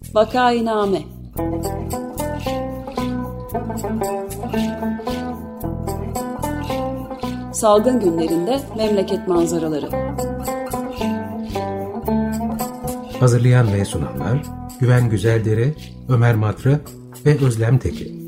Vakainame. Salgın günlerinde memleket manzaraları. Hazırlayan ve sunanlar Güven Güzeldere, Ömer Madra ve Özlem Tekin.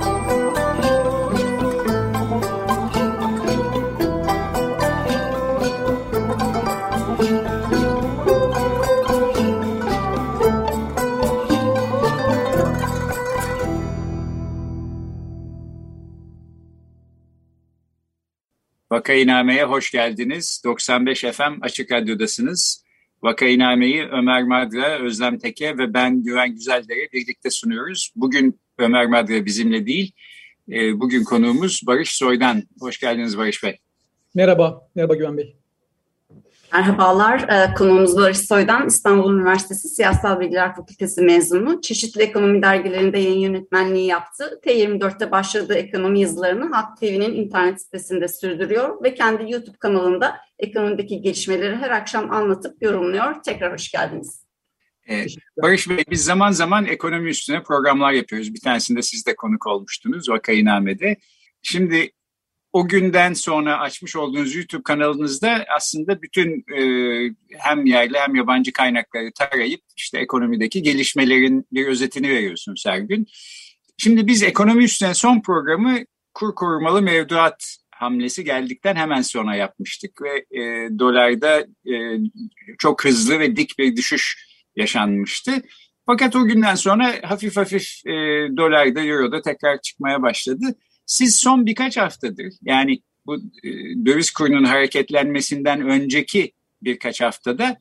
Vakainame'ye hoş geldiniz. 95 FM Açık Radyo'dasınız. Vakainame'yi Ömer Madra, Özlem Teke ve ben Güven Güzeldere birlikte sunuyoruz. Bugün Ömer Madra bizimle değil. Bugün konuğumuz Barış Soydan. Hoş geldiniz Barış Bey. Merhaba Güven Bey. Merhabalar, konuğumuz Barış Soydan, İstanbul Üniversitesi Siyasal Bilgiler Fakültesi mezunu. Çeşitli ekonomi dergilerinde yayın yönetmenliği yaptı. T24'te başladığı ekonomi yazılarını Halk TV'nin internet sitesinde sürdürüyor ve kendi YouTube kanalında ekonomideki gelişmeleri her akşam anlatıp yorumluyor. Tekrar hoş geldiniz. Barış Bey, biz zaman zaman ekonomi üstüne programlar yapıyoruz. Bir tanesinde siz de konuk olmuştunuz Vakainame'de. Şimdi o günden sonra açmış olduğunuz YouTube kanalınızda aslında bütün hem yerli hem yabancı kaynakları tarayıp işte ekonomideki gelişmelerin bir özetini veriyorsunuz her gün. Şimdi biz ekonomi üstüne son programı kur korumalı mevduat hamlesi geldikten hemen sonra yapmıştık ve dolarda çok hızlı ve dik bir düşüş yaşanmıştı. Fakat o günden sonra hafif dolarda, euroda tekrar çıkmaya başladı. Siz son birkaç haftadır, yani bu döviz kurunun hareketlenmesinden önceki birkaç haftada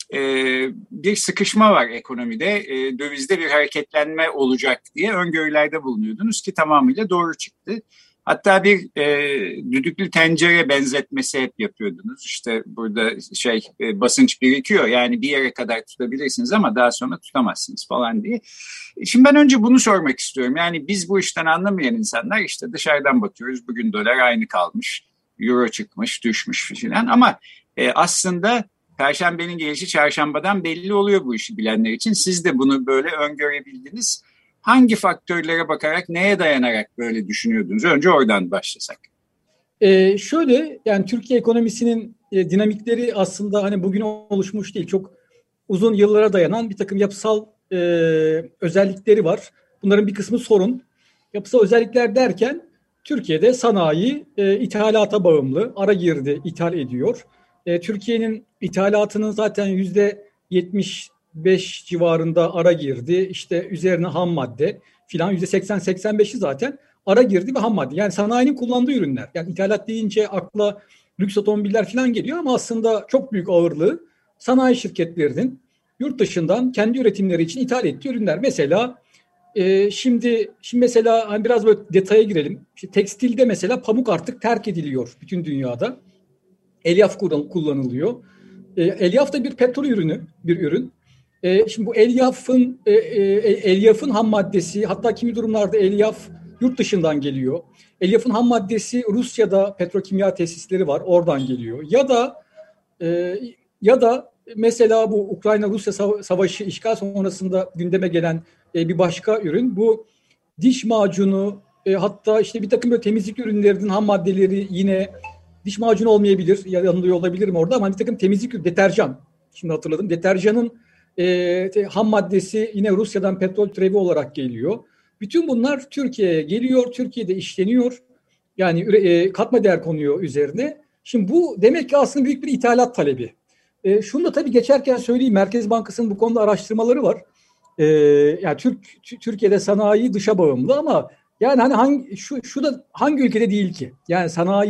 bir sıkışma var ekonomide. Dövizde bir hareketlenme olacak diye öngörülerde bulunuyordunuz ki tamamıyla doğru çıktı. Hatta bir düdüklü tencere benzetmesi hep yapıyordunuz. İşte burada basınç birikiyor, yani bir yere kadar tutabilirsiniz ama daha sonra tutamazsınız falan diye. Şimdi ben önce bunu sormak istiyorum. Yani biz bu işten anlamayan insanlar işte dışarıdan bakıyoruz. Bugün dolar aynı kalmış, euro çıkmış, düşmüş falan ama aslında Perşembenin gelişi çarşambadan belli oluyor bu işi bilenler için. Siz de bunu böyle öngörebildiniz. Hangi faktörlere bakarak, neye dayanarak böyle düşünüyordunuz? Önce oradan başlasak. Şöyle, yani Türkiye ekonomisinin dinamikleri aslında hani bugün oluşmuş değil. Çok uzun yıllara dayanan bir takım yapısal özellikleri var. Bunların bir kısmı sorun. Yapısal özellikler derken Türkiye'de sanayi ithalata bağımlı, ara girdi ithal ediyor. Türkiye'nin ithalatının zaten %75 civarında ara girdi. İşte üzerine ham madde filan %80-85'i zaten ara girdi ve ham madde. Yani sanayinin kullandığı ürünler. Yani ithalat deyince akla lüks otomobiller filan geliyor ama aslında çok büyük ağırlığı sanayi şirketlerinin yurt dışından kendi üretimleri için ithal ettiği ürünler. Mesela şimdi mesela hani biraz böyle detaya girelim. İşte tekstilde mesela pamuk artık terk ediliyor bütün dünyada. Elyaf kullanılıyor. Elyaf da bir petrol bir ürün. Şimdi bu elyafın ham maddesi, hatta kimi durumlarda elyaf yurt dışından geliyor. Elyafın ham maddesi Rusya'da petrokimya tesisleri var, oradan geliyor. Ya da mesela bu Ukrayna-Rusya savaşı işgal sonrasında gündeme gelen bir başka ürün. Bu diş macunu, hatta işte bir takım böyle temizlik ürünlerinin ham maddeleri yine diş macunu olmayabilir, yanılıyor olabilirim orada ama bir takım temizlik deterjan. Şimdi hatırladım. Deterjanın ham maddesi yine Rusya'dan petrol türevi olarak geliyor. Bütün bunlar Türkiye'ye geliyor, Türkiye'de işleniyor. Yani katma değer konuyor üzerine. Şimdi bu demek ki aslında büyük bir ithalat talebi. Şunu da tabii geçerken söyleyeyim. Merkez Bankası'nın bu konuda araştırmaları var. Yani Türkiye'de sanayi dışa bağımlı ama yani hani şu da hangi ülkede değil ki? Yani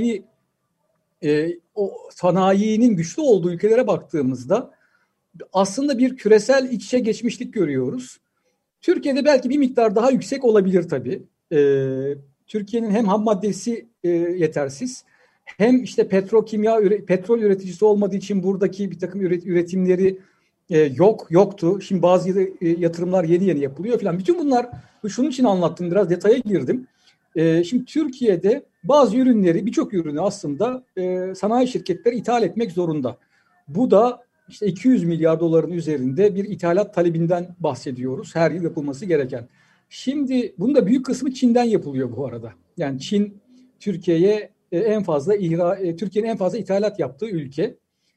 o sanayinin güçlü olduğu ülkelere baktığımızda aslında bir küresel iç içe geçmişlik görüyoruz. Türkiye'de belki bir miktar daha yüksek olabilir tabii. Türkiye'nin hem ham maddesi yetersiz, hem işte petrol üreticisi olmadığı için buradaki bir takım üretimleri yoktu. Şimdi bazı yatırımlar yeni yapılıyor falan. Bütün bunlar şunun için anlattım, biraz detaya girdim. Şimdi Türkiye'de bazı ürünleri, birçok ürünü aslında sanayi şirketleri ithal etmek zorunda. Bu da işte 200 milyar doların üzerinde bir ithalat talebinden bahsediyoruz. Her yıl yapılması gereken. Şimdi bunun da büyük kısmı Çin'den yapılıyor bu arada. Yani Çin Türkiye'ye Türkiye'nin en fazla ithalat yaptığı ülke.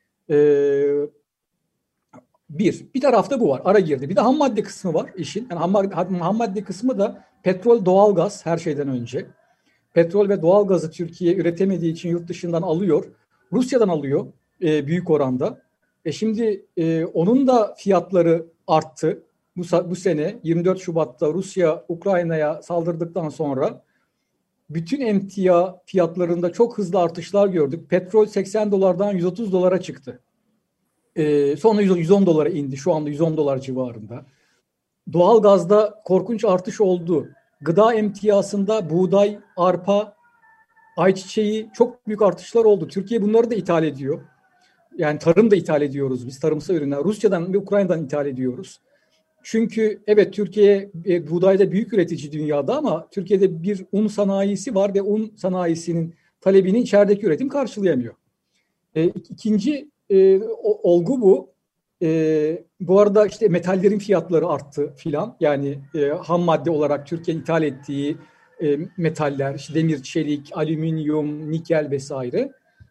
Bir tarafta bu var. Ara girdi. Bir de ham madde kısmı var işin. Yani ham madde kısmı da petrol, doğalgaz her şeyden önce. Petrol ve doğalgazı Türkiye üretemediği için yurt dışından alıyor. Rusya'dan alıyor büyük oranda. Şimdi onun da fiyatları arttı. Bu sene 24 Şubat'ta Rusya Ukrayna'ya saldırdıktan sonra bütün emtia fiyatlarında çok hızlı artışlar gördük. Petrol 80 dolardan 130 dolara çıktı. Sonra 110 dolara indi. Şu anda 110 dolar civarında. Doğalgazda korkunç artış oldu. Gıda emtiasında buğday, arpa, ayçiçeği çok büyük artışlar oldu. Türkiye bunları da ithal ediyor. Yani tarım da ithal ediyoruz biz. Tarımsal ürünler. Rusya'dan ve Ukrayna'dan ithal ediyoruz. Çünkü evet Türkiye buğdayda büyük üretici dünyada ama Türkiye'de bir un sanayisi var ve un sanayisinin talebini içerideki üretim karşılayamıyor. İkinci olgu bu. Bu arada işte metallerin fiyatları arttı filan. Yani ham madde olarak Türkiye'nin ithal ettiği metaller, işte demir, çelik, alüminyum, nikel vesaire.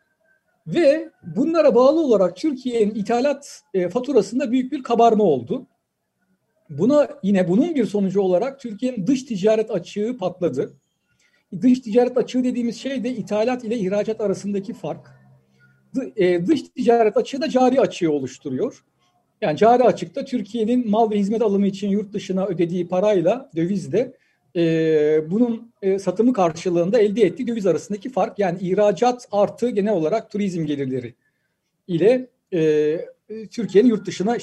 Ve bunlara bağlı olarak Türkiye'nin ithalat faturasında büyük bir kabarma oldu. Bunun bir sonucu olarak Türkiye'nin dış ticaret açığı patladı. Dış ticaret açığı dediğimiz şey de ithalat ile ihracat arasındaki fark. Dış ticaret açığı da cari açığı oluşturuyor. Yani cari açıkta Türkiye'nin mal ve hizmet alımı için yurt dışına ödediği parayla, dövizle bunun satımı karşılığında elde ettiği döviz arasındaki fark. Yani ihracat artı genel olarak turizm gelirleri ile Türkiye'nin yurt dışına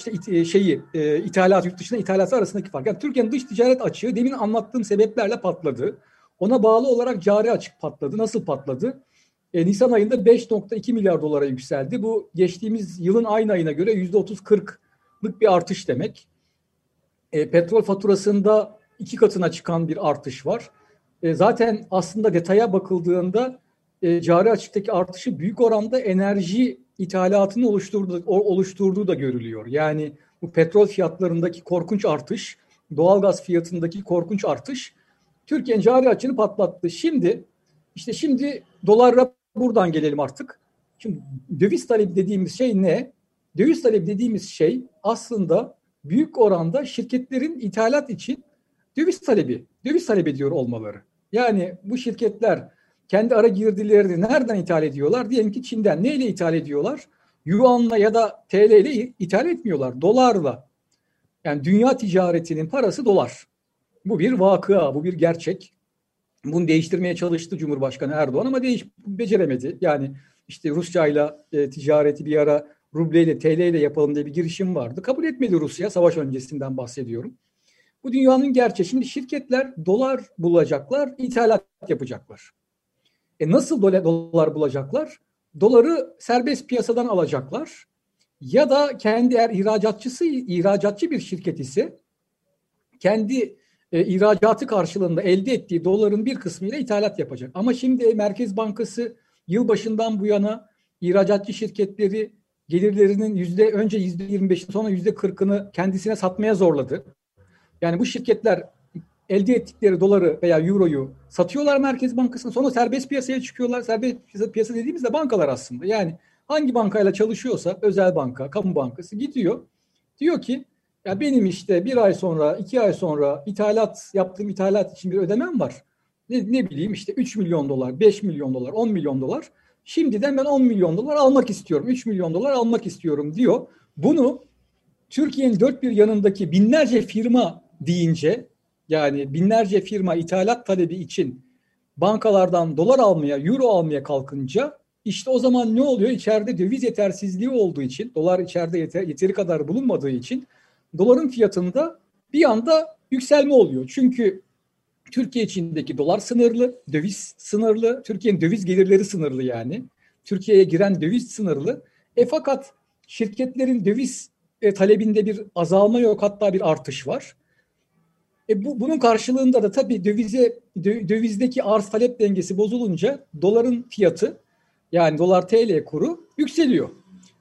yurt dışına ithalatı arasındaki fark. Yani Türkiye'nin dış ticaret açığı demin anlattığım sebeplerle patladı. Ona bağlı olarak cari açık patladı. Nasıl patladı? Nisan ayında 5.2 milyar dolara yükseldi. Bu geçtiğimiz yılın aynı ayına göre %30-40'lık bir artış demek. Petrol faturasında 2 katına çıkan bir artış var. Zaten aslında detaya bakıldığında cari açıktaki artışı büyük oranda enerji ithalatını oluşturduğu da görülüyor. Yani bu petrol fiyatlarındaki korkunç artış, doğalgaz fiyatındaki korkunç artış Türkiye'nin cari açığını patlattı. Şimdi dolara buradan gelelim artık. Şimdi döviz talebi dediğimiz şey ne? Döviz talebi dediğimiz şey aslında büyük oranda şirketlerin ithalat için döviz talep ediyor olmaları. Yani bu şirketler kendi ara girdilerini nereden ithal ediyorlar? Diyelim ki Çin'den. Neyle ithal ediyorlar? Yuan'la ya da TL ile ithal etmiyorlar. Dolarla. Yani dünya ticaretinin parası dolar. Bu bir vakıa, bu bir gerçek. Bunu değiştirmeye çalıştı Cumhurbaşkanı Erdoğan ama beceremedi. Yani işte Rusya'yla ticareti bir ara rubleyle, TL ile yapalım diye bir girişim vardı. Kabul etmedi Rusya, savaş öncesinden bahsediyorum. Bu dünyanın gerçeği. Şimdi şirketler dolar bulacaklar, ithalat yapacaklar. Nasıl dolar bulacaklar? Doları serbest piyasadan alacaklar. Ya da kendi eğer ihracatçı bir şirket ise kendi ihracatı karşılığında elde ettiği doların bir kısmıyla ithalat yapacak. Ama şimdi Merkez Bankası yılbaşından bu yana ihracatçı şirketleri gelirlerinin önce %25'ini sonra %40'ını kendisine satmaya zorladı. Yani bu şirketler elde ettikleri doları veya euroyu satıyorlar Merkez Bankası'na, sonra serbest piyasaya çıkıyorlar. Serbest piyasa dediğimizde bankalar aslında. Yani hangi bankayla çalışıyorsa, özel banka, kamu bankası gidiyor. Diyor ki ya benim işte 1 ay sonra, 2 ay sonra yaptığım ithalat için bir ödemem var. Ne bileyim işte 3 milyon dolar, 5 milyon dolar, 10 milyon dolar. Şimdiden ben 10 milyon dolar almak istiyorum, 3 milyon dolar almak istiyorum diyor. Bunu Türkiye'nin dört bir yanındaki binlerce firma deyince, yani binlerce firma ithalat talebi için bankalardan dolar almaya, euro almaya kalkınca işte o zaman ne oluyor? İçeride döviz yetersizliği olduğu için, dolar içeride yeteri kadar bulunmadığı için doların fiyatında bir anda yükselme oluyor. Çünkü Türkiye içindeki dolar sınırlı, döviz sınırlı, Türkiye'nin döviz gelirleri sınırlı yani. Türkiye'ye giren döviz sınırlı. Fakat şirketlerin döviz talebinde bir azalma yok, hatta bir artış var. Bunun karşılığında da tabii dövizdeki arz talep dengesi bozulunca doların fiyatı, yani dolar TL kuru yükseliyor.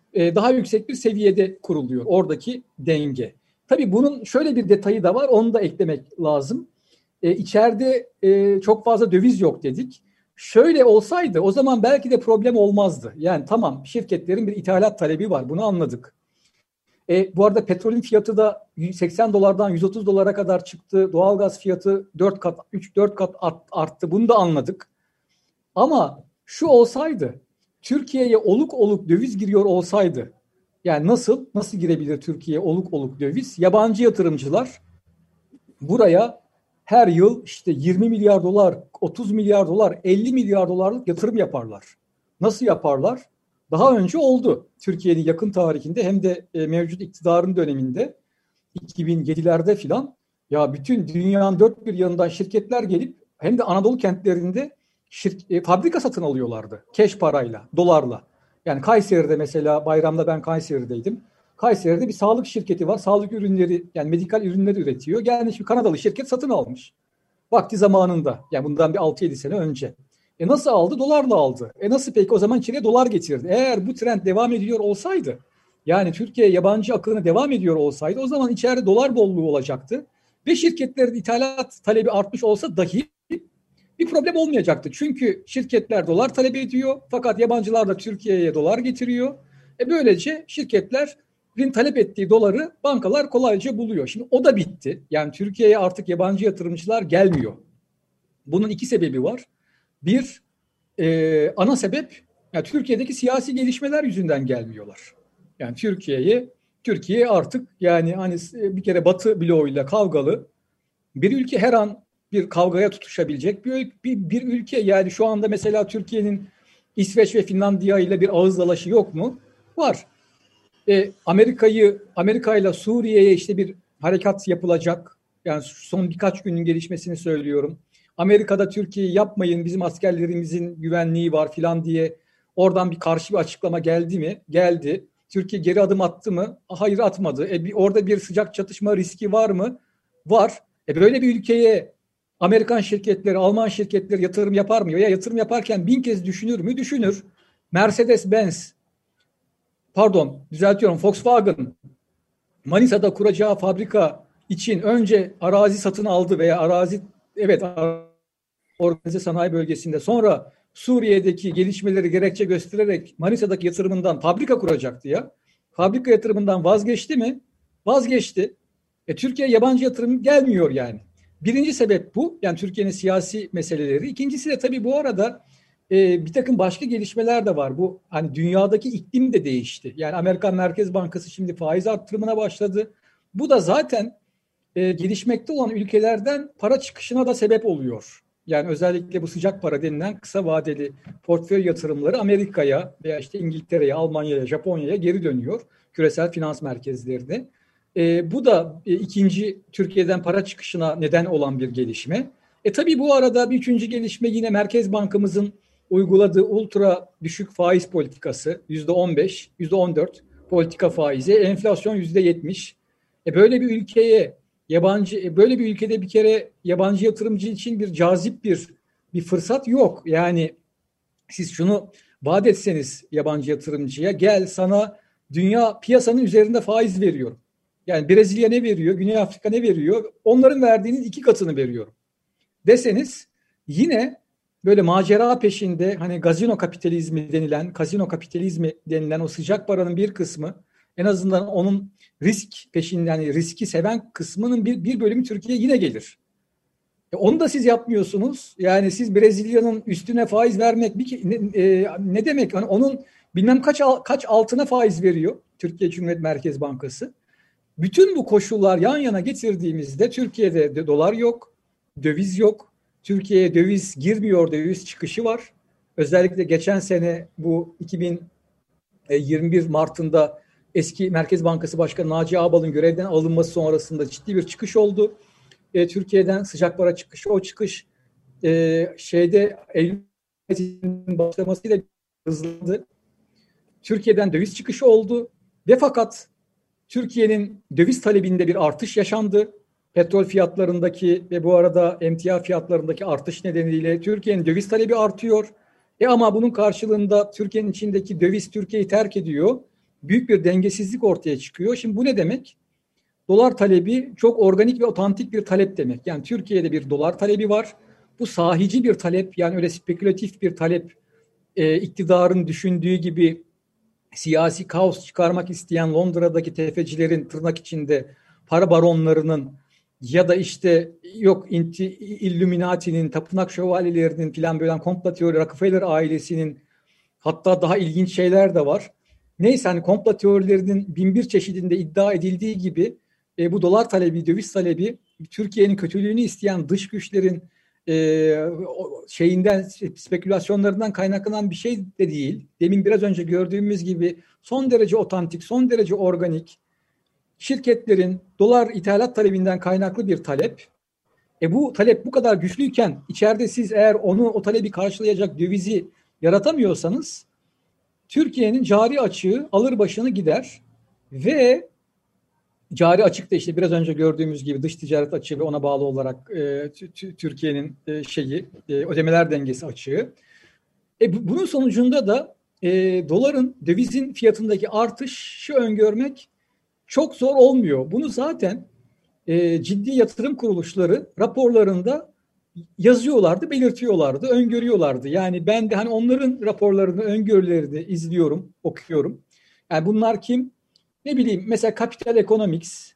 daha yüksek bir seviyede kuruluyor oradaki denge. Tabii bunun şöyle bir detayı da var, onu da eklemek lazım. İçeride çok fazla döviz yok dedik. Şöyle olsaydı o zaman belki de problem olmazdı. Yani tamam, şirketlerin bir ithalat talebi var, bunu anladık. Bu arada petrolün fiyatı da 80 dolardan 130 dolara kadar çıktı. Doğalgaz fiyatı 4 kat, 3-4 kat arttı. Bunu da anladık. Ama şu olsaydı, Türkiye'ye oluk oluk döviz giriyor olsaydı, yani nasıl girebilir Türkiye'ye oluk oluk döviz? Yabancı yatırımcılar buraya her yıl işte 20 milyar dolar, 30 milyar dolar, 50 milyar dolarlık yatırım yaparlar. Nasıl yaparlar? Daha önce oldu. Türkiye'nin yakın tarihinde hem de mevcut iktidarın döneminde 2007'lerde filan, ya bütün dünyanın dört bir yanından şirketler gelip hem de Anadolu kentlerinde fabrika satın alıyorlardı. Keş parayla, dolarla. Yani Kayseri'de mesela, bayramda ben Kayseri'deydim. Kayseri'de bir sağlık şirketi var. Sağlık ürünleri, yani medikal ürünler üretiyor. Gelmiş bir Kanadalı şirket satın almış. Vakti zamanında. Yani bundan bir 6-7 sene önce. Nasıl aldı? Dolarla aldı. Nasıl peki? O zaman içeriye dolar getirdi. Eğer bu trend devam ediyor olsaydı, yani Türkiye yabancı akını devam ediyor olsaydı, o zaman içeride dolar bolluğu olacaktı. Ve şirketlerin ithalat talebi artmış olsa dahi bir problem olmayacaktı. Çünkü şirketler dolar talep ediyor. Fakat yabancılar da Türkiye'ye dolar getiriyor. Böylece şirketlerin talep ettiği doları bankalar kolayca buluyor. Şimdi o da bitti. Yani Türkiye'ye artık yabancı yatırımcılar gelmiyor. Bunun iki sebebi var. Bir, ana sebep, yani Türkiye'deki siyasi gelişmeler yüzünden gelmiyorlar. Yani Türkiye artık, yani hani bir kere Batı bloğuyla kavgalı bir ülke, her an bir kavgaya tutuşabilecek bir ülke. Yani şu anda mesela Türkiye'nin İsveç ve Finlandiya ile bir ağız dalaşı yok mu? Var. Amerika ile Suriye'ye işte bir harekat yapılacak. Yani son birkaç günün gelişmesini söylüyorum. Amerika'da Türkiye'yi yapmayın, bizim askerlerimizin güvenliği var filan diye oradan karşı bir açıklama geldi mi? Geldi. Türkiye geri adım attı mı? Hayır, atmadı. Orada bir sıcak çatışma riski var mı? Var. Böyle bir ülkeye Amerikan şirketleri, Alman şirketleri yatırım yapar mı? Ya yatırım yaparken 1000 kez düşünür mü? Düşünür. Volkswagen Manisa'da kuracağı fabrika için önce arazi satın aldı veya organize sanayi bölgesinde, sonra Suriye'deki gelişmeleri gerekçe göstererek Manisa'daki yatırımından fabrika kuracaktı ya. Fabrika yatırımından vazgeçti mi? Vazgeçti. Türkiye yabancı yatırım gelmiyor yani. Birinci sebep bu. Yani Türkiye'nin siyasi meseleleri. İkincisi de tabii bu arada bir takım başka gelişmeler de var. Bu hani dünyadaki iklim de değişti. Yani Amerikan Merkez Bankası şimdi faiz arttırımına başladı. Bu da zaten gelişmekte olan ülkelerden para çıkışına da sebep oluyor. Yani özellikle bu sıcak para denilen kısa vadeli portföy yatırımları Amerika'ya veya işte İngiltere'ye, Almanya'ya, Japonya'ya geri dönüyor. Küresel finans merkezlerine. Bu da ikinci Türkiye'den para çıkışına neden olan bir gelişme. Tabii bu arada bir üçüncü gelişme yine Merkez Bankamızın uyguladığı ultra düşük faiz politikası, %15, %14 politika faizi, enflasyon %70. Böyle bir ülkede bir kere yabancı yatırımcı için bir cazip bir fırsat yok. Yani siz şunu vaat etseniz yabancı yatırımcıya, gel sana dünya piyasanın üzerinde faiz veriyorum. Yani Brezilya ne veriyor, Güney Afrika ne veriyor? Onların verdiğinin 2 katını veriyorum deseniz, yine böyle macera peşinde, hani kazino kapitalizmi denilen o sıcak paranın bir kısmı, en azından onun risk peşinde, yani riski seven kısmının bir bölümü Türkiye'ye yine gelir. Onu da siz yapmıyorsunuz. Yani siz Brezilya'nın üstüne faiz vermek ne demek? Yani onun bilmem kaç altına faiz veriyor Türkiye Cumhuriyet Merkez Bankası. Bütün bu koşullar yan yana getirdiğimizde Türkiye'de dolar yok, döviz yok. Türkiye'ye döviz girmiyor, döviz çıkışı var. Özellikle geçen sene bu 2021 Mart'ında eski Merkez Bankası Başkanı Naci Ağbal'ın görevden alınması sonrasında ciddi bir çıkış oldu. Türkiye'den sıcak para çıkışı, o çıkış Eylül'ün başlamasıyla hızlandı. Türkiye'den döviz çıkışı oldu ve fakat Türkiye'nin döviz talebinde bir artış yaşandı. Petrol fiyatlarındaki ve bu arada emtia fiyatlarındaki artış nedeniyle Türkiye'nin döviz talebi artıyor. Ama bunun karşılığında Türkiye'nin içindeki döviz Türkiye'yi terk ediyor. büyük bir dengesizlik ortaya çıkıyor. Şimdi bu ne demek? Dolar talebi çok organik ve otantik bir talep demek. Yani Türkiye'de bir dolar talebi var. Bu sahici bir talep, yani öyle spekülatif bir talep. İktidarın düşündüğü gibi siyasi kaos çıkarmak isteyen Londra'daki tefecilerin, tırnak içinde para baronlarının ya da işte yok Illuminati'nin, tapınak şövalyelerinin filan böyle komplo teori, Rockefeller ailesinin, hatta daha ilginç şeyler de var. Neyse, hani komplo teorilerinin bin bir çeşidinde iddia edildiği gibi bu dolar talebi, döviz talebi Türkiye'nin kötülüğünü isteyen dış güçlerin spekülasyonlarından kaynaklanan bir şey de değil. Demin biraz önce gördüğümüz gibi son derece otantik, son derece organik, şirketlerin dolar ithalat talebinden kaynaklı bir talep. Bu talep bu kadar güçlüyken içeride siz eğer o talebi karşılayacak dövizi yaratamıyorsanız Türkiye'nin cari açığı alır başını gider ve cari açık da işte biraz önce gördüğümüz gibi dış ticaret açığı ve ona bağlı olarak Türkiye'nin ödemeler dengesi açığı. Bunun sonucunda da doların, dövizin fiyatındaki artışı öngörmek çok zor olmuyor. Bunu zaten ciddi yatırım kuruluşları raporlarında yazıyorlardı, belirtiyorlardı, öngörüyorlardı. Yani ben de hani onların raporlarını, öngörülerini izliyorum, okuyorum. Yani bunlar kim? Ne bileyim, mesela Capital Economics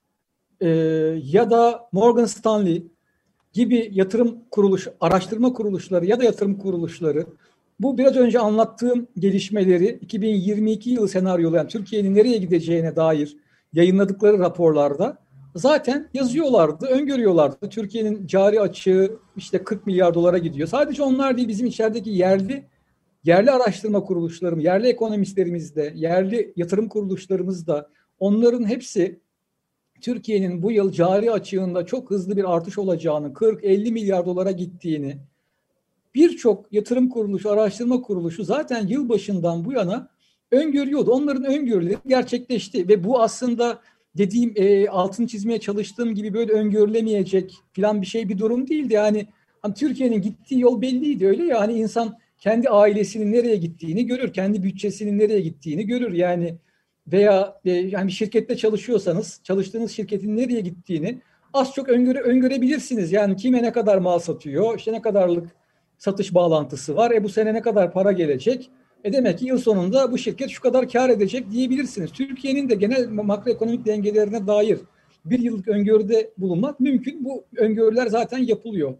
ya da Morgan Stanley gibi yatırım kuruluş, araştırma kuruluşları ya da yatırım kuruluşları bu biraz önce anlattığım gelişmeleri 2022 yılı senaryolu, yani Türkiye'nin nereye gideceğine dair yayınladıkları raporlarda zaten yazıyorlardı, öngörüyorlardı. Türkiye'nin cari açığı işte 40 milyar dolara gidiyor. Sadece onlar değil, bizim içerideki yerli araştırma kuruluşlarım, yerli ekonomistlerimiz de, yerli yatırım kuruluşlarımız da, onların hepsi Türkiye'nin bu yıl cari açığında çok hızlı bir artış olacağını, 40-50 milyar dolara gittiğini, birçok yatırım kuruluşu, araştırma kuruluşu zaten yılbaşından bu yana öngörüyordu. Onların öngörüleri gerçekleşti ve bu aslında dediğim, altını çizmeye çalıştığım gibi böyle öngörülemeyecek falan bir durum değildi. Yani hani Türkiye'nin gittiği yol belliydi, öyle ya, hani insan kendi ailesinin nereye gittiğini görür, kendi bütçesinin nereye gittiğini görür yani, veya yani bir şirkette çalışıyorsanız çalıştığınız şirketin nereye gittiğini az çok öngörebilirsiniz. Yani kime ne kadar mal satıyor, işte ne kadarlık satış bağlantısı var, bu sene ne kadar para gelecek, demek ki yıl sonunda bu şirket şu kadar kar edecek diyebilirsiniz. Türkiye'nin de genel makroekonomik dengelerine dair bir yıllık öngörüde bulunmak mümkün. Bu öngörüler zaten yapılıyor.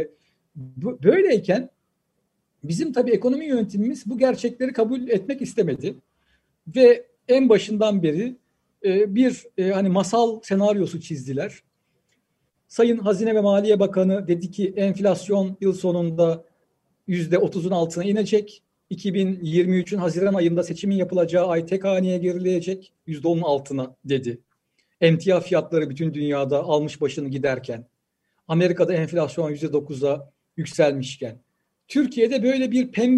Böyleyken bizim tabii ekonomi yönetimimiz bu gerçekleri kabul etmek istemedi ve en başından beri hani masal senaryosu çizdiler. Sayın Hazine ve Maliye Bakanı dedi ki enflasyon yıl sonunda %30'un altına inecek. 2023'ün Haziran ayında seçimin yapılacağı ay tek haneye gerileyecek, %10'un altına dedi. Emtia fiyatları bütün dünyada almış başını giderken, Amerika'da enflasyon %9'a yükselmişken, Türkiye'de böyle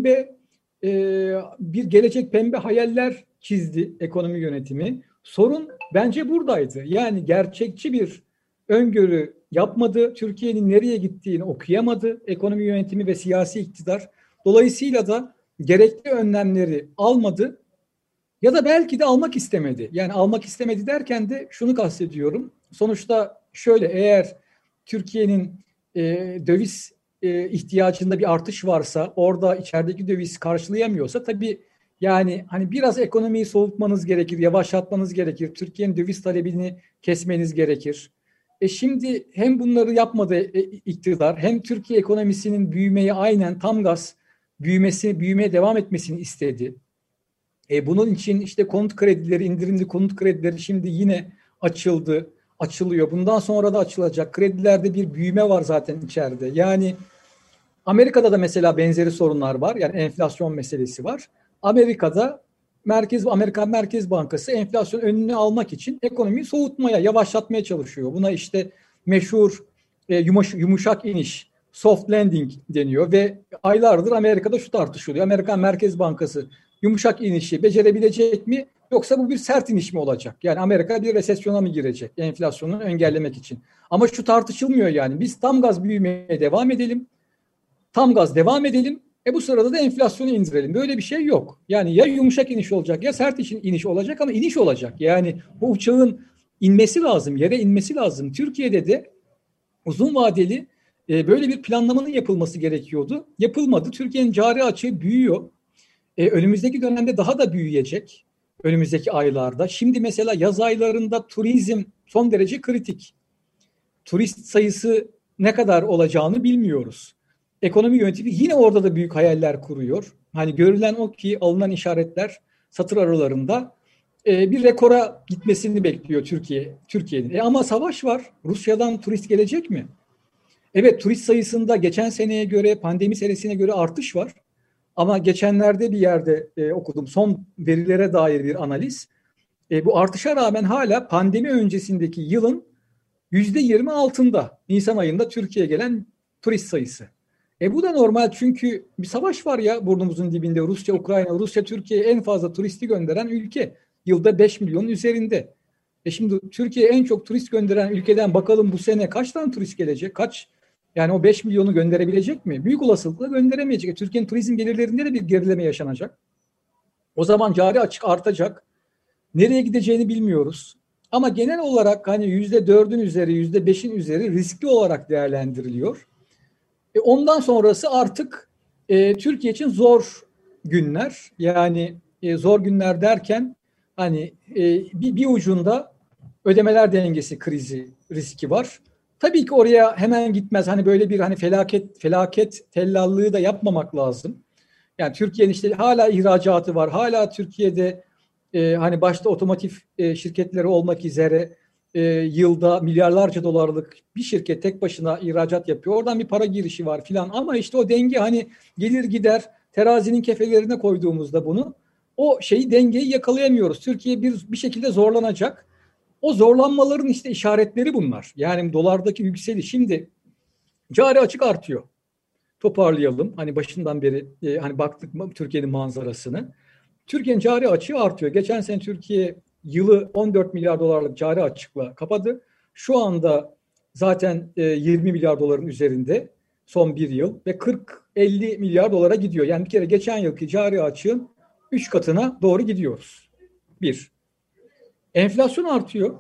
bir gelecek pembe hayaller çizdi ekonomi yönetimi. Sorun bence buradaydı. Yani gerçekçi bir öngörü yapmadı. Türkiye'nin nereye gittiğini okuyamadı ekonomi yönetimi ve siyasi iktidar. Dolayısıyla da gerekli önlemleri almadı ya da belki de almak istemedi. Yani almak istemedi derken de şunu kastediyorum. Sonuçta şöyle, eğer Türkiye'nin döviz ihtiyacında bir artış varsa, orada içerideki döviz karşılayamıyorsa tabii yani hani biraz ekonomiyi soğutmanız gerekir, yavaşlatmanız gerekir. Türkiye'nin döviz talebini kesmeniz gerekir. Şimdi hem bunları yapmadı iktidar, hem Türkiye ekonomisinin büyümeyi aynen tam gaz büyümeye devam etmesini istedi. Bunun için işte konut kredileri, indirimli konut kredileri şimdi yine açılıyor. Bundan sonra da açılacak. Kredilerde bir büyüme var zaten içeride. Yani Amerika'da da mesela benzeri sorunlar var. Yani enflasyon meselesi var. Amerika'da Amerikan Merkez Bankası enflasyon önünü almak için ekonomiyi soğutmaya, yavaşlatmaya çalışıyor. Buna işte meşhur yumuşak iniş, soft landing deniyor ve aylardır Amerika'da şu tartışılıyor. Amerikan Merkez Bankası yumuşak inişi becerebilecek mi, yoksa bu bir sert iniş mi olacak? Yani Amerika bir resesyona mı girecek enflasyonu engellemek için? Ama şu tartışılmıyor yani. Biz tam gaz büyümeye devam edelim. Tam gaz devam edelim. Bu sırada da enflasyonu indirelim. Böyle bir şey yok. Yani ya yumuşak iniş olacak ya sert iniş olacak ama iniş olacak. Yani bu uçağın inmesi lazım, yere inmesi lazım. Türkiye'de de uzun vadeli böyle bir planlamanın yapılması gerekiyordu. Yapılmadı. Türkiye'nin cari açığı büyüyor. Önümüzdeki dönemde daha da büyüyecek. Önümüzdeki aylarda. Şimdi mesela yaz aylarında turizm son derece kritik. Turist sayısı ne kadar olacağını bilmiyoruz. Ekonomi yönetimi yine orada da büyük hayaller kuruyor. Hani görülen o ki alınan işaretler satır aralarında bir rekora gitmesini bekliyor Türkiye'nin. Ama savaş var. Rusya'dan turist gelecek mi? Evet, turist sayısında geçen seneye göre, pandemi senesine göre artış var. Ama geçenlerde bir yerde okudum son verilere dair bir analiz. Bu artışa rağmen hala pandemi öncesindeki yılın %20 altında Nisan ayında Türkiye'ye gelen turist sayısı. Bu da normal çünkü bir savaş var ya burnumuzun dibinde. Rusya, Ukrayna, Rusya Türkiye'ye en fazla turisti gönderen ülke. Yılda 5 milyonun üzerinde. Şimdi Türkiye'ye en çok turist gönderen ülkeden bakalım bu sene kaç tane turist gelecek? Yani o 5 milyonu gönderebilecek mi? Büyük olasılıkla gönderemeyecek. Türkiye'nin turizm gelirlerinde de bir gerileme yaşanacak. O zaman cari açık artacak. Nereye gideceğini bilmiyoruz. Ama genel olarak hani %4'ün üzeri, %5'in üzeri riskli olarak değerlendiriliyor. Ondan sonrası artık Türkiye için zor günler. Yani zor günler derken hani bir ucunda ödemeler dengesi krizi riski var. Tabii ki oraya hemen gitmez. Hani böyle bir hani felaket tellallığı da yapmamak lazım. Yani Türkiye'nin işte hala ihracatı var. Hala Türkiye'de hani başta otomotiv şirketleri olmak üzere yılda milyarlarca dolarlık bir şirket tek başına ihracat yapıyor. Oradan bir para girişi var filan. Ama işte o denge hani gelir gider terazinin kefelerine koyduğumuzda bunu o dengeyi yakalayamıyoruz. Türkiye bir şekilde zorlanacak. O zorlanmaların işte işaretleri bunlar. Yani dolardaki yükseliş. Şimdi cari açık artıyor. Toparlayalım. Hani başından beri hani baktık Türkiye'nin manzarasını. Türkiye'nin cari açığı artıyor. Geçen sene Türkiye yılı 14 milyar dolarlık cari açıkla kapadı. Şu anda zaten 20 milyar doların üzerinde son bir yıl ve 40-50 milyar dolara gidiyor. Yani bir kere geçen yılki cari açığın 3 katına doğru gidiyoruz. Bir. Enflasyon artıyor.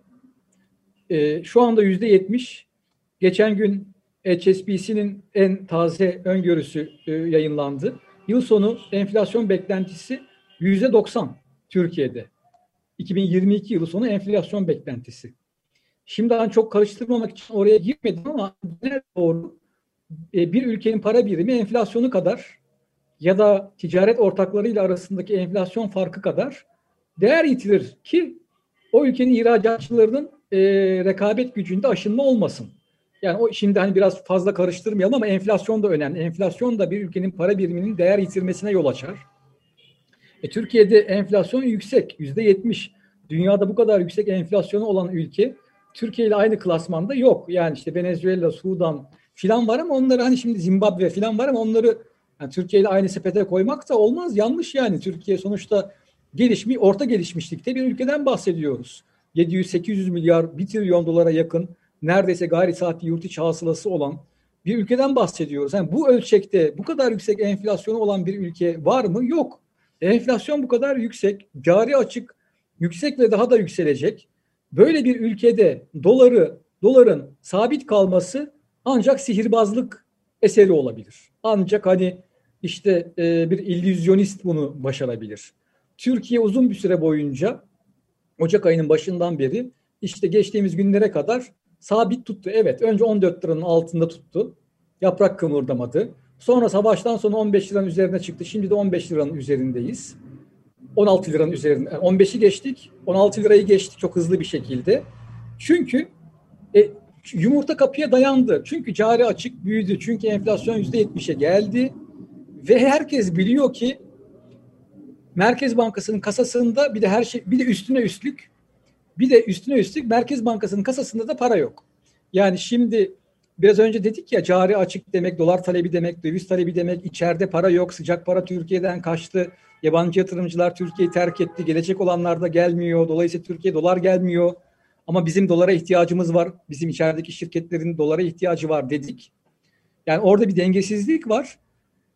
Şu anda %70. Geçen gün HSBC'nin en taze öngörüsü yayınlandı. Yıl sonu enflasyon beklentisi %90 Türkiye'de. 2022 yılı sonu enflasyon beklentisi. Şimdiden çok karıştırmamak için oraya girmedim ama doğru bir ülkenin para birimi enflasyonu kadar ya da ticaret ortaklarıyla arasındaki enflasyon farkı kadar değer yitirir ki o ülkenin ihracatçılarının rekabet gücünde aşınma olmasın. Yani o şimdi hani biraz fazla karıştırmayalım ama enflasyon da önemli. Enflasyon da bir ülkenin para biriminin değer yitirmesine yol açar. Türkiye'de enflasyon yüksek, %70. Dünyada bu kadar yüksek enflasyonu olan ülke Türkiye ile aynı klasmanda yok. Yani işte Venezuela, Sudan filan var ama onları hani şimdi Zimbabwe filan var ama onları yani Türkiye ile aynı sepete koymak da olmaz. Yanlış yani. Türkiye sonuçta orta gelişmişlikte bir ülkeden bahsediyoruz. 700-800 milyar, 1 trilyon dolara yakın neredeyse gayri saati yurt içi hasılası olan bir ülkeden bahsediyoruz. Yani bu ölçekte bu kadar yüksek enflasyonu olan bir ülke var mı? Yok. Enflasyon bu kadar yüksek, cari açık yüksek ve daha da yükselecek. Böyle bir ülkede doların sabit kalması ancak sihirbazlık eseri olabilir. Ancak hani işte bir illüzyonist bunu başarabilir. Türkiye uzun bir süre boyunca Ocak ayının başından beri işte geçtiğimiz günlere kadar sabit tuttu. Evet, önce 14 liranın altında tuttu. Yaprak kımıldamadı. Sonra savaştan sonra 15 liranın üzerine çıktı. Şimdi de 15 liranın üzerindeyiz. 16 liranın üzerinde. 15'i geçtik. 16 lirayı geçtik çok hızlı bir şekilde. Çünkü yumurta kapıya dayandı. Çünkü cari açık büyüdü. Çünkü enflasyon %70'e geldi. Ve herkes biliyor ki Merkez Bankası'nın kasasında bir de üstüne üstlük Merkez Bankası'nın kasasında da para yok. Yani şimdi biraz önce dedik ya cari açık demek, dolar talebi demek, döviz talebi demek, içeride para yok, sıcak para Türkiye'den kaçtı, yabancı yatırımcılar Türkiye'yi terk etti, gelecek olanlar da gelmiyor, dolayısıyla Türkiye'ye dolar gelmiyor ama bizim dolara ihtiyacımız var, bizim içerideki şirketlerin dolara ihtiyacı var dedik. Yani orada bir dengesizlik var.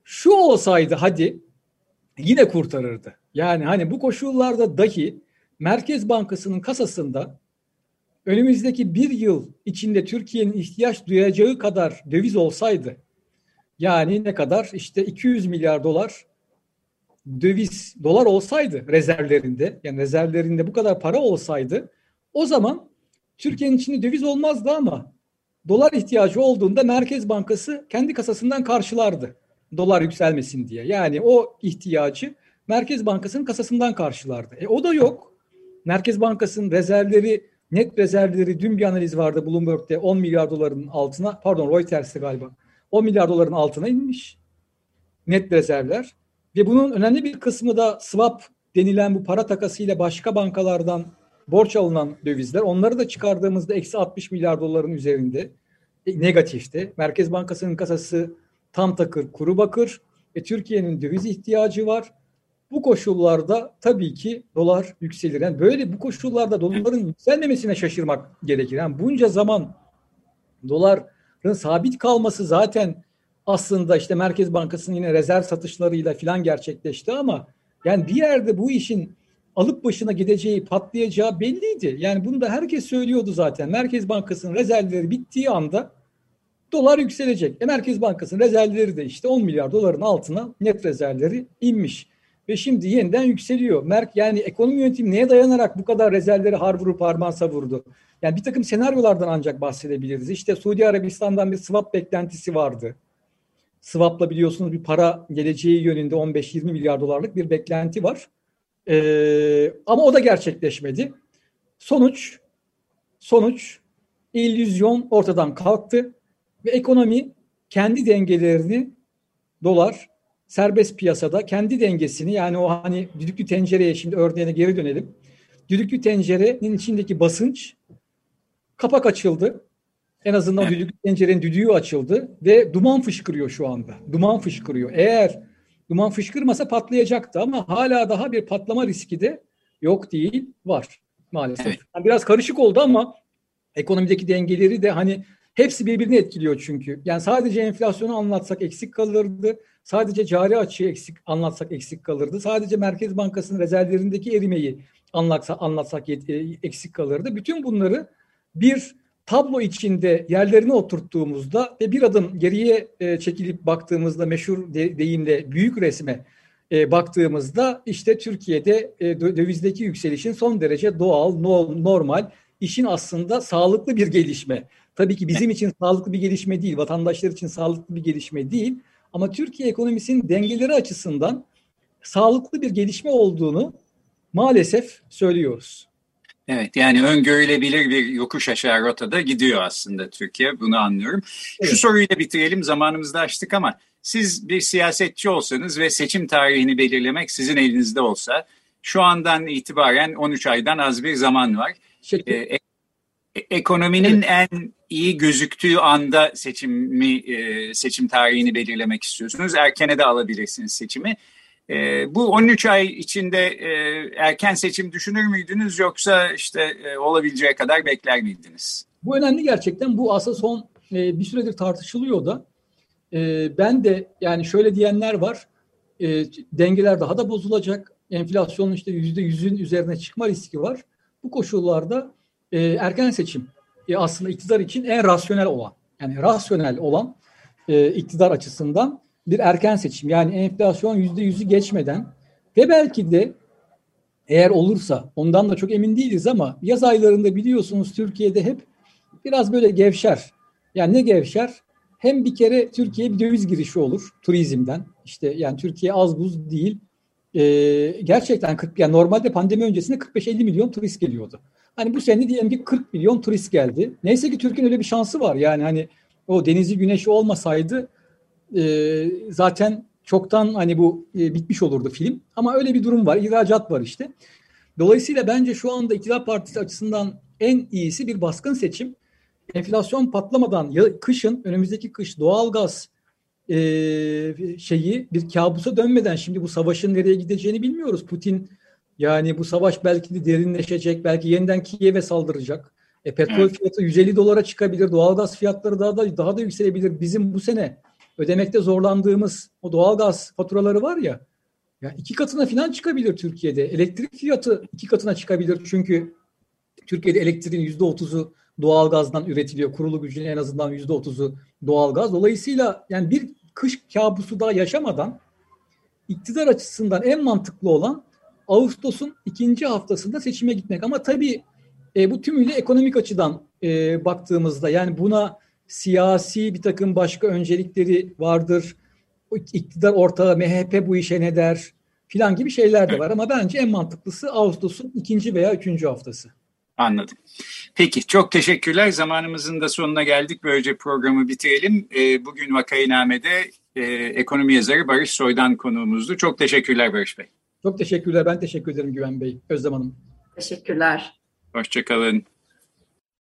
Şu olsaydı hadi yine kurtarırdı. Yani hani bu koşullarda dahi Merkez Bankası'nın kasasında önümüzdeki bir yıl içinde Türkiye'nin ihtiyaç duyacağı kadar döviz olsaydı, yani ne kadar? İşte 200 milyar dolar dolar olsaydı rezervlerinde, yani rezervlerinde bu kadar para olsaydı, o zaman Türkiye'nin içinde döviz olmazdı ama dolar ihtiyacı olduğunda Merkez Bankası kendi kasasından karşılardı dolar yükselmesin diye. Yani o ihtiyacı Merkez Bankası'nın kasasından karşılardı. O da yok. Merkez Bankası'nın rezervleri, net rezervleri, dün bir analiz vardı Bloomberg'de 10 milyar doların altına, pardon Reuters'te galiba, 10 milyar doların altına inmiş net rezervler. Ve bunun önemli bir kısmı da swap denilen bu para takasıyla başka bankalardan borç alınan dövizler. Onları da çıkardığımızda eksi 60 milyar doların üzerinde negatifte. Merkez Bankası'nın kasası tam takır kuru bakır. Türkiye'nin döviz ihtiyacı var. Bu koşullarda tabii ki dolar yükselir. Yani böyle bu koşullarda doların yükselmemesine şaşırmak gerekir. Yani bunca zaman doların sabit kalması zaten aslında işte Merkez Bankası'nın yine rezerv satışlarıyla filan gerçekleşti ama yani bir yerde bu işin alıp başına gideceği, patlayacağı belliydi. Yani bunu da herkes söylüyordu zaten. Merkez Bankası'nın rezervleri bittiği anda dolar yükselecek. Merkez Bankası'nın rezervleri de işte 10 milyar doların altına net rezervleri inmiş. Ve şimdi yeniden yükseliyor. Yani ekonomi yönetimi neye dayanarak bu kadar rezervleri har vurup harman savurdu? Yani bir takım senaryolardan ancak bahsedebiliriz. İşte Suudi Arabistan'dan bir swap beklentisi vardı. Swap'la biliyorsunuz bir para geleceği yönünde 15-20 milyar dolarlık bir beklenti var. Ama o da gerçekleşmedi. Sonuç illüzyon ortadan kalktı ve ekonomi kendi dengelerini, dolar serbest piyasada kendi dengesini, yani o hani düdüklü tencereye, şimdi örneğine geri dönelim. Düdüklü tencerenin içindeki basınç, kapak açıldı. En azından o düdüklü tencerenin düdüğü açıldı ve duman fışkırıyor şu anda. Duman fışkırıyor. Eğer duman fışkırmasa patlayacaktı ama hala daha bir patlama riski de yok değil, var maalesef. Evet. Yani biraz karışık oldu ama ekonomideki dengeleri de hani hepsi birbirini etkiliyor çünkü. Yani sadece enflasyonu anlatsak eksik kalırdı. Sadece cari açığı anlatsak eksik kalırdı. Sadece Merkez Bankası'nın rezervlerindeki erimeyi anlatsak eksik kalırdı. Bütün bunları bir tablo içinde yerlerine oturttuğumuzda ve bir adım geriye çekilip baktığımızda, meşhur deyimle büyük resme baktığımızda işte Türkiye'de dövizdeki yükselişin son derece doğal, normal, işin aslında sağlıklı bir gelişme. Tabii ki bizim için sağlıklı bir gelişme değil, vatandaşlar için sağlıklı bir gelişme değil. Ama Türkiye ekonomisinin dengeleri açısından sağlıklı bir gelişme olduğunu maalesef söylüyoruz. Evet, yani öngörülebilir bir yokuş aşağı rotada gidiyor aslında Türkiye, bunu anlıyorum. Evet. Şu soruyla bitirelim, zamanımızı da açtık ama siz bir siyasetçi olsanız ve seçim tarihini belirlemek sizin elinizde olsa, şu andan itibaren 13 aydan az bir zaman var. Ekonominin en iyi gözüktüğü anda seçim tarihini belirlemek istiyorsunuz. Erkene de alabilirsiniz seçimi. Bu 13 ay içinde erken seçim düşünür müydünüz yoksa işte olabileceği kadar bekler miydiniz? Bu önemli gerçekten. Bu aslında son bir süredir tartışılıyor da. Ben de yani şöyle diyenler var. Dengeler daha da bozulacak. Enflasyonun işte %100'ün üzerine çıkma riski var. Bu koşullarda erken seçim aslında iktidar için en rasyonel olan, yani rasyonel olan iktidar açısından bir erken seçim. Yani enflasyon %100'ü geçmeden ve belki de eğer olursa, ondan da çok emin değiliz ama yaz aylarında biliyorsunuz Türkiye'de hep biraz böyle gevşer. Yani ne gevşer? Hem bir kere Türkiye'ye bir döviz girişi olur turizmden. İşte yani Türkiye az buz değil. Gerçekten yani normalde pandemi öncesinde 45-50 milyon turist geliyordu. Hani bu sene diyelim ki 40 milyon turist geldi. Neyse ki Türkiye'nin öyle bir şansı var. Yani hani o denizi güneşi olmasaydı zaten çoktan hani bu bitmiş olurdu film. Ama öyle bir durum var. İhracat var işte. Dolayısıyla bence şu anda iktidar partisi açısından en iyisi bir baskın seçim. Enflasyon patlamadan kışın, önümüzdeki kış doğalgaz bir kabusa dönmeden, şimdi bu savaşın nereye gideceğini bilmiyoruz. Putin yani bu savaş belki de derinleşecek, belki yeniden Kiev'e saldıracak. Petrol fiyatı 150 dolara çıkabilir, doğalgaz fiyatları daha da yükselebilir. Bizim bu sene ödemekte zorlandığımız o doğalgaz faturaları var ya, ya 2 katına falan çıkabilir Türkiye'de. Elektrik fiyatı 2 katına çıkabilir. Çünkü Türkiye'de elektriğin %30'u doğalgazdan üretiliyor. Kurulu gücün en azından %30'u doğalgaz. Dolayısıyla yani bir kış kabusu daha yaşamadan iktidar açısından en mantıklı olan Ağustos'un ikinci haftasında seçime gitmek. Ama tabii bu tümüyle ekonomik açıdan baktığımızda, yani buna siyasi bir takım başka öncelikleri vardır. O iktidar ortağı MHP bu işe ne der filan gibi şeyler de var. Ama bence en mantıklısı Ağustos'un ikinci veya üçüncü haftası. Anladım. Peki, çok teşekkürler. Zamanımızın da sonuna geldik. Böylece programı bitirelim. Bugün Vakainame'de ekonomi yazarı Barış Soydan konuğumuzdu. Çok teşekkürler Barış Bey. Çok teşekkürler. Ben teşekkür ederim Güven Bey, Özlem Hanım. Teşekkürler. Hoşça kalın.